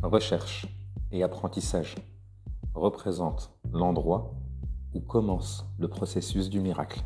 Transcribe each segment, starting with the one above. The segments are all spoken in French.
Recherche et apprentissage représentent l'endroit où commence le processus du miracle.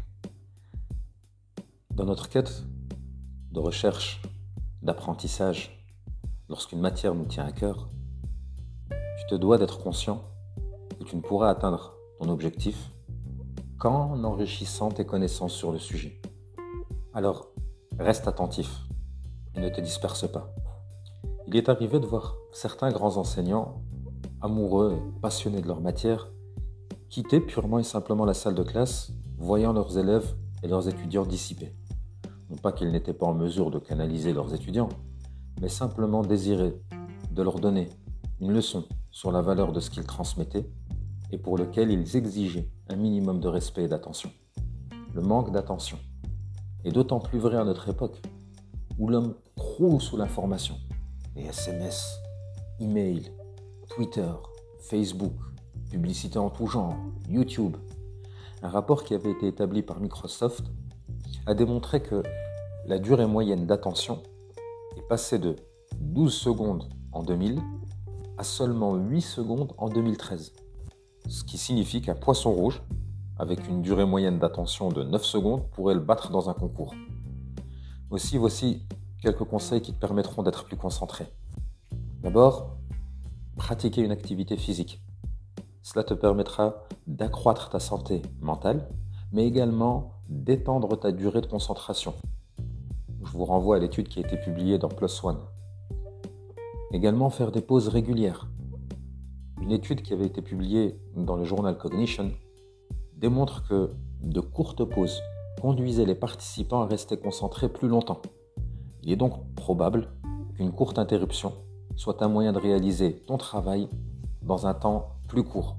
Dans notre quête de recherche, d'apprentissage, lorsqu'une matière nous tient à cœur, tu te dois d'être conscient que tu ne pourras atteindre ton objectif qu'en enrichissant tes connaissances sur le sujet. Alors, reste attentif et ne te disperse pas. Il est arrivé de voir certains grands enseignants, amoureux et passionnés de leur matière, quitter purement et simplement la salle de classe, voyant leurs élèves et leurs étudiants dissipés. Non pas qu'ils n'étaient pas en mesure de canaliser leurs étudiants, mais simplement désirer de leur donner une leçon sur la valeur de ce qu'ils transmettaient et pour lequel ils exigeaient un minimum de respect et d'attention. Le manque d'attention est d'autant plus vrai à notre époque, où l'homme croule sous l'information. Les SMS, emails, Twitter, Facebook, publicité en tout genre, YouTube. Un rapport qui avait été établi par Microsoft a démontré que la durée moyenne d'attention est passée de 12 secondes en 2000 à seulement 8 secondes en 2013. Ce qui signifie qu'un poisson rouge, avec une durée moyenne d'attention de 9 secondes, pourrait le battre dans un concours. Aussi, voici quelques conseils qui te permettront d'être plus concentré. D'abord, pratiquer une activité physique. Cela te permettra d'accroître ta santé mentale, mais également d'étendre ta durée de concentration. Je vous renvoie à l'étude qui a été publiée dans PLOS ONE. Également, faire des pauses régulières. Une étude qui avait été publiée dans le journal Cognition démontre que de courtes pauses conduisaient les participants à rester concentrés plus longtemps. Il est donc probable qu'une courte interruption soit un moyen de réaliser ton travail dans un temps plus court.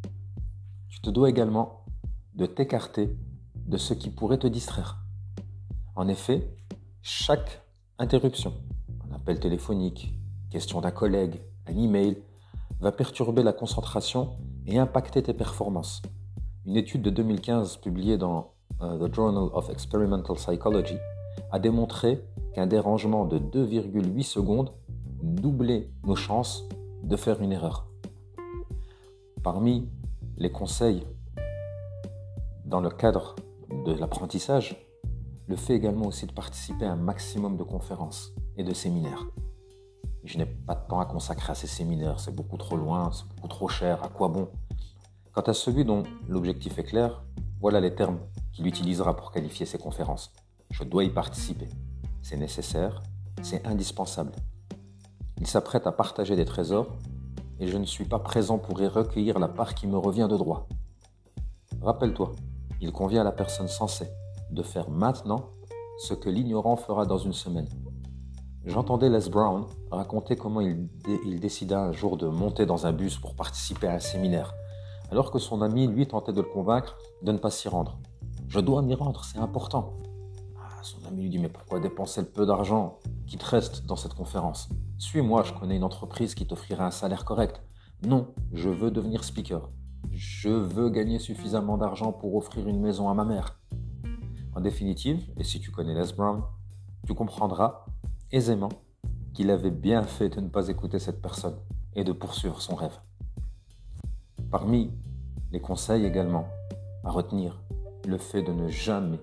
Tu te dois également de t'écarter de ce qui pourrait te distraire. En effet, chaque interruption, un appel téléphonique, question d'un collègue, un email, va perturber la concentration et impacter tes performances. Une étude de 2015 publiée dans The Journal of Experimental Psychology a démontré qu'un dérangement de 2,8 secondes doublait nos chances de faire une erreur. Parmi les conseils dans le cadre de l'apprentissage, le fait également aussi de participer à un maximum de conférences et de séminaires. Je n'ai pas de temps à consacrer à ces séminaires, c'est beaucoup trop loin, c'est beaucoup trop cher, à quoi bon? Quant à celui dont l'objectif est clair, voilà les termes qu'il utilisera pour qualifier ces conférences. Je dois y participer. C'est nécessaire, c'est indispensable. Il s'apprête à partager des trésors et je ne suis pas présent pour y recueillir la part qui me revient de droit. Rappelle-toi, il convient à la personne sensée de faire maintenant ce que l'ignorant fera dans une semaine. J'entendais Les Brown raconter comment il décida un jour de monter dans un bus pour participer à un séminaire, alors que son ami, lui, tentait de le convaincre de ne pas s'y rendre. « Je dois m'y rendre, c'est important. » Son ami lui dit « Mais pourquoi dépenser le peu d'argent qui te reste dans cette conférence? Suis-moi, je connais une entreprise qui t'offrira un salaire correct. » « Non, je veux devenir speaker. Je veux gagner suffisamment d'argent pour offrir une maison à ma mère. » En définitive, et si tu connais Les Brown, tu comprendras aisément qu'il avait bien fait de ne pas écouter cette personne et de poursuivre son rêve. Parmi les conseils également à retenir, le fait de ne jamais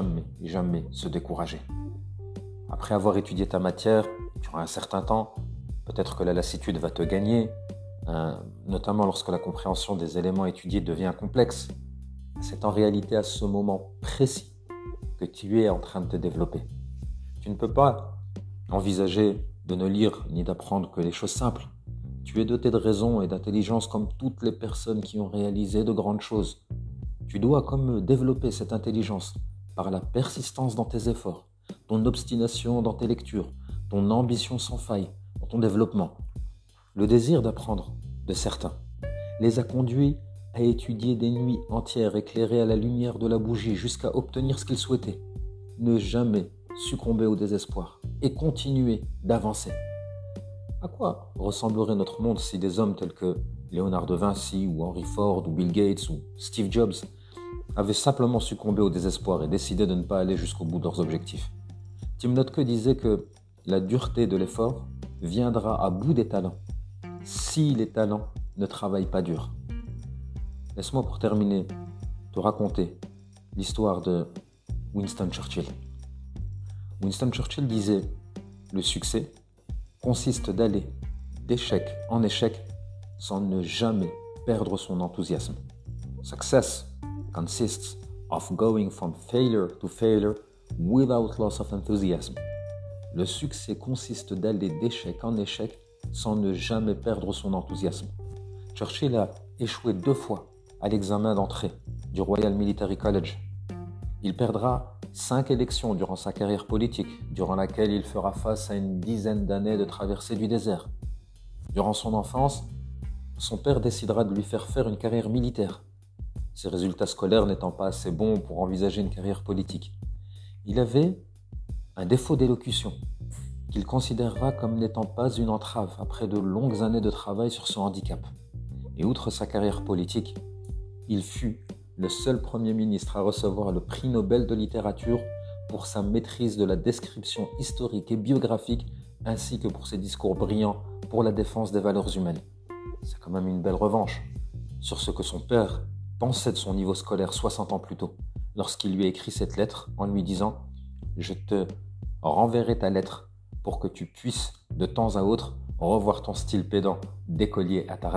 se décourager. Après avoir étudié ta matière durant un certain temps, peut-être que la lassitude va te gagner, notamment lorsque la compréhension des éléments étudiés devient complexe. C'est en réalité à ce moment précis que tu es en train de te développer. Tu ne peux pas envisager de ne lire ni d'apprendre que les choses simples. Tu es doté de raison et d'intelligence comme toutes les personnes qui ont réalisé de grandes choses. Tu dois comme développer cette intelligence par la persistance dans tes efforts, ton obstination dans tes lectures, ton ambition sans faille dans ton développement. Le désir d'apprendre de certains les a conduits à étudier des nuits entières éclairées à la lumière de la bougie jusqu'à obtenir ce qu'ils souhaitaient. Ne jamais succomber au désespoir et continuer d'avancer. À quoi ressemblerait notre monde si des hommes tels que Léonard de Vinci ou Henry Ford ou Bill Gates ou Steve Jobs avaient simplement succombé au désespoir et décidé de ne pas aller jusqu'au bout de leurs objectifs? Tim Notke disait que la dureté de l'effort viendra à bout des talents si les talents ne travaillent pas dur. Laisse-moi pour terminer te raconter l'histoire de Winston Churchill. Winston Churchill disait « Le succès consiste d'aller d'échec en échec sans ne jamais perdre son enthousiasme. Success consists of going from failure to failure without loss of enthusiasm. » Le succès consiste d'aller d'échec en échec sans ne jamais perdre son enthousiasme. Churchill a échoué 2 fois à l'examen d'entrée du Royal Military College. Il perdra 5 élections durant sa carrière politique, durant laquelle il fera face à une dizaine d'années de traversée du désert. Durant son enfance, son père décidera de lui faire une carrière militaire, ses résultats scolaires n'étant pas assez bons pour envisager une carrière politique. Il avait un défaut d'élocution qu'il considérera comme n'étant pas une entrave après de longues années de travail sur son handicap. Et outre sa carrière politique, il fut le seul Premier ministre à recevoir le prix Nobel de littérature pour sa maîtrise de la description historique et biographique, ainsi que pour ses discours brillants pour la défense des valeurs humaines. C'est quand même une belle revanche sur ce que son père pensait de son niveau scolaire 60 ans plus tôt, lorsqu'il lui a écrit cette lettre en lui disant « Je te renverrai ta lettre pour que tu puisses de temps à autre revoir ton style pédant d'écolier attardé. »